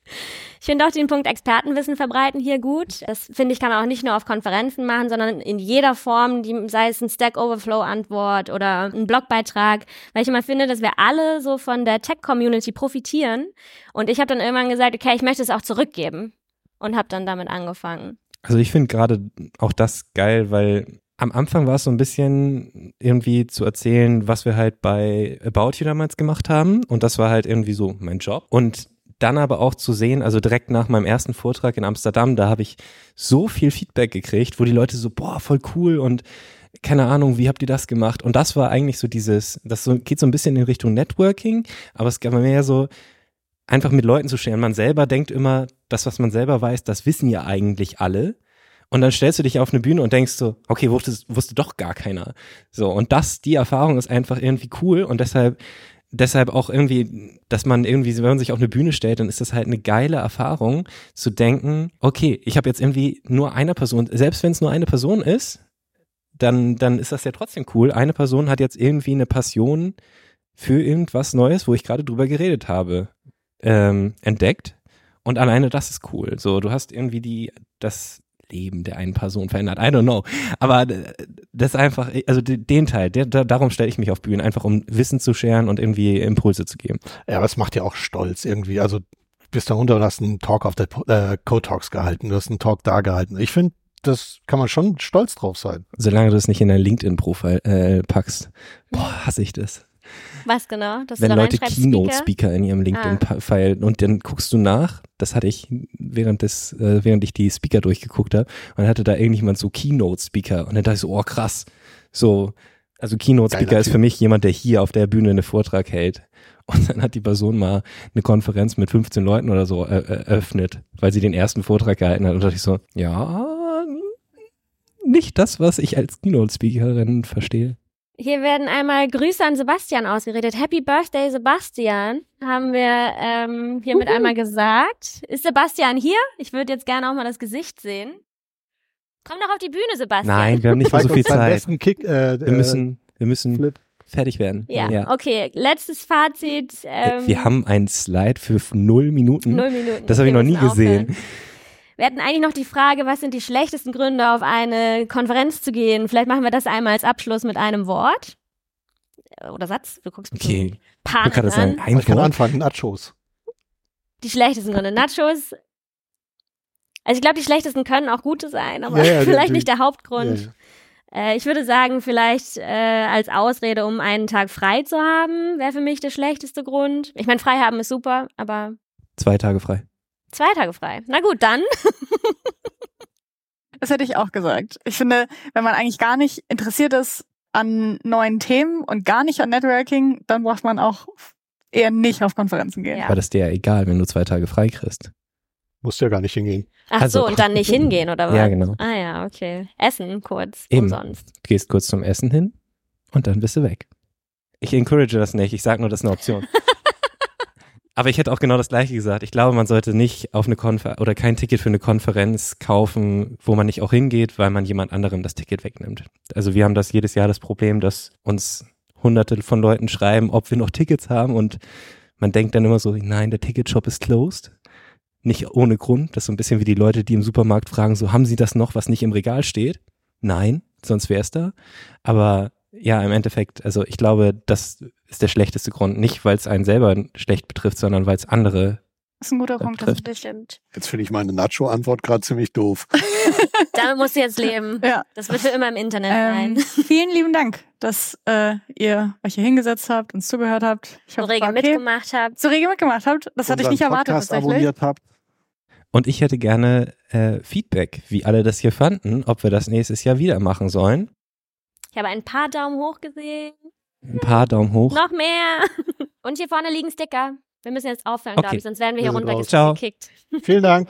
Ich finde auch den Punkt Expertenwissen verbreiten hier gut. Das, finde ich, kann man auch nicht nur auf Konferenzen machen, sondern in jeder Form, die, sei es ein Stack Overflow-Antwort oder ein Blogbeitrag, weil ich immer finde, dass wir alle so von der Tech-Community profitieren. Und ich habe dann irgendwann gesagt, okay, ich möchte es auch zurückgeben und habe dann damit angefangen. Also ich finde gerade auch das geil, weil am Anfang war es so ein bisschen irgendwie zu erzählen, was wir halt bei About You damals gemacht haben. Und das war halt irgendwie so mein Job. Und dann aber auch zu sehen, also direkt nach meinem ersten Vortrag in Amsterdam, da habe ich so viel Feedback gekriegt, wo die Leute so, boah, voll cool und keine Ahnung, wie habt ihr das gemacht? Und das war eigentlich so dieses, das so, geht so ein bisschen in Richtung Networking, aber es gab mehr so, einfach mit Leuten zu scheren. Man selber denkt immer, das, was man selber weiß, das wissen ja eigentlich alle. Und dann stellst du dich auf eine Bühne und denkst so, okay, wusste, wusste doch gar keiner. So, und das, die Erfahrung ist einfach irgendwie cool und deshalb Deshalb auch irgendwie, dass man irgendwie, wenn man sich auf eine Bühne stellt, dann ist das halt eine geile Erfahrung, zu denken, okay, ich habe jetzt irgendwie nur eine Person, selbst wenn es nur eine Person ist, dann, dann ist das ja trotzdem cool. Eine Person hat jetzt irgendwie eine Passion für irgendwas Neues, wo ich gerade drüber geredet habe, ähm, entdeckt. Und alleine das ist cool. So, du hast irgendwie die, das Leben der einen Person verändert. I don't know. Aber das ist einfach, also den Teil, der, darum stelle ich mich auf Bühnen, einfach um Wissen zu scheren und irgendwie Impulse zu geben. Ja, aber es macht ja auch stolz irgendwie. Also bist da runter und hast einen Talk auf der äh, Code-Talks gehalten, du hast einen Talk da gehalten. Ich finde, das kann man schon stolz drauf sein. Solange du es nicht in dein LinkedIn-Profil äh, packst. Boah, hasse ich das. Was genau? Dass Wenn du da Leute Keynote-Speaker in ihrem LinkedIn-File ah. und dann guckst du nach, das hatte ich während des, äh, während ich die Speaker durchgeguckt habe, und dann hatte da irgendjemand so Keynote-Speaker und dann dachte ich so, oh krass, so, also Keynote-Speaker ist für mich jemand, der hier auf der Bühne einen Vortrag hält. Und dann hat die Person mal eine Konferenz mit fünfzehn Leuten oder so äh, eröffnet, weil sie den ersten Vortrag gehalten hat und dachte ich so, ja, nicht das, was ich als Keynote-Speakerin verstehe. Hier werden einmal Grüße an Sebastian ausgeredet. Happy Birthday, Sebastian, haben wir ähm, hiermit Uhu. einmal gesagt. Ist Sebastian hier? Ich würde jetzt gerne auch mal das Gesicht sehen. Komm doch auf die Bühne, Sebastian. Nein, wir haben nicht mehr so viel Zeit. Kick, äh, wir müssen, wir müssen Flip. fertig werden. Ja, ja, okay. Letztes Fazit. Ähm, wir haben ein Slide für null Minuten. Null Minuten. Das habe ich noch nie gesehen. Aufhören. Wir hatten eigentlich noch die Frage, was sind die schlechtesten Gründe, auf eine Konferenz zu gehen? Vielleicht machen wir das einmal als Abschluss mit einem Wort. oder Satz. Du guckst mich Okay. so Ich wollte gerade panisch sagen, an. ein Ich kann Wort. anfangen, Nachos. Die schlechtesten Gründe. Nachos. Also ich glaube, die schlechtesten können auch gute sein, aber Ja, ja, vielleicht die- nicht der Hauptgrund. Ja, ja. Äh, ich würde sagen, vielleicht äh, als Ausrede, um einen Tag frei zu haben, wäre für mich der schlechteste Grund. Ich meine, frei haben ist super, aber Zwei Tage frei. zwei Tage frei. Na gut, dann. Das hätte ich auch gesagt. Ich finde, wenn man eigentlich gar nicht interessiert ist an neuen Themen und gar nicht an Networking, dann braucht man auch eher nicht auf Konferenzen gehen. Ja. Aber das ist dir ja egal, wenn du zwei Tage frei kriegst. Musst ja gar nicht hingehen. Ach Also- so, und dann nicht hingehen, oder was? Ja, genau. Ah ja, okay. Essen kurz, Eben. umsonst. Du gehst kurz zum Essen hin und dann bist du weg. Ich encourage das nicht, ich sage nur, das ist eine Option. Aber ich hätte auch genau das Gleiche gesagt. Ich glaube, man sollte nicht auf eine Konfer- oder kein Ticket für eine Konferenz kaufen, wo man nicht auch hingeht, weil man jemand anderem das Ticket wegnimmt. Also wir haben das jedes Jahr das Problem, dass uns hunderte von Leuten schreiben, ob wir noch Tickets haben und man denkt dann immer so, nein, der Ticketshop ist closed. Nicht ohne Grund. Das ist so ein bisschen wie die Leute, die im Supermarkt fragen, so, haben sie das noch, was nicht im Regal steht? Nein, sonst wäre es da. Aber ja, im Endeffekt, also ich glaube, das ist der schlechteste Grund. Nicht, weil es einen selber schlecht betrifft, sondern weil es andere. Das ist ein guter Punkt, das Trifft. Stimmt. Jetzt finde ich meine Nacho-Antwort gerade ziemlich doof. Damit musst du jetzt leben. Ja. Das wird für immer im Internet Ähm, sein. vielen lieben Dank, dass äh, ihr euch hier hingesetzt habt, uns zugehört habt. Ich So hoffe, rege es war okay. mitgemacht habt. So rege mitgemacht habt. Das hatte ich Unseren nicht erwartet Podcast tatsächlich. abonniert habt. Und ich hätte gerne äh, Feedback, wie alle das hier fanden, ob wir das nächstes Jahr wieder machen sollen. Ich habe ein paar Daumen hoch gesehen. Ein paar Daumen hoch. Noch mehr. Und hier vorne liegen Sticker. Wir müssen jetzt aufhören, Okay. glaube ich, sonst werden wir hier Wir sind raus. Ciao. runtergekickt. Vielen Dank.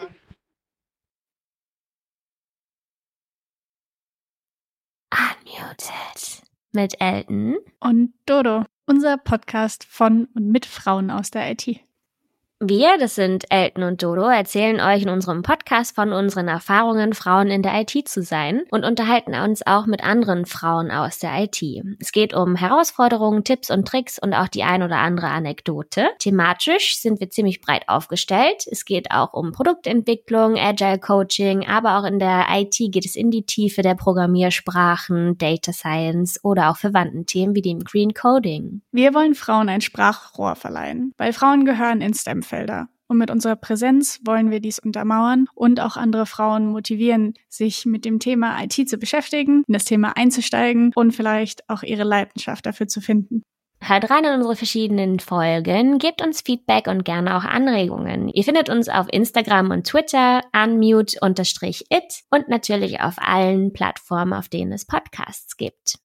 Unmuted. Mit Elton. Und Dodo, unser Podcast von und mit Frauen aus der I T. Wir, das sind Elton und Dodo, erzählen euch in unserem Podcast von unseren Erfahrungen, Frauen in der I T zu sein und unterhalten uns auch mit anderen Frauen aus der I T. Es geht um Herausforderungen, Tipps und Tricks und auch die ein oder andere Anekdote. Thematisch sind wir ziemlich breit aufgestellt. Es geht auch um Produktentwicklung, Agile Coaching, aber auch in der I T geht es in die Tiefe der Programmiersprachen, Data Science oder auch verwandten Themen wie dem Green Coding. Wir wollen Frauen ein Sprachrohr verleihen, weil Frauen gehören in STEM-Felder. Und mit unserer Präsenz wollen wir dies untermauern und auch andere Frauen motivieren, sich mit dem Thema I T zu beschäftigen, in das Thema einzusteigen und vielleicht auch ihre Leidenschaft dafür zu finden. Hört rein in unsere verschiedenen Folgen, gebt uns Feedback und gerne auch Anregungen. Ihr findet uns auf Instagram und Twitter, unmute-it und natürlich auf allen Plattformen, auf denen es Podcasts gibt.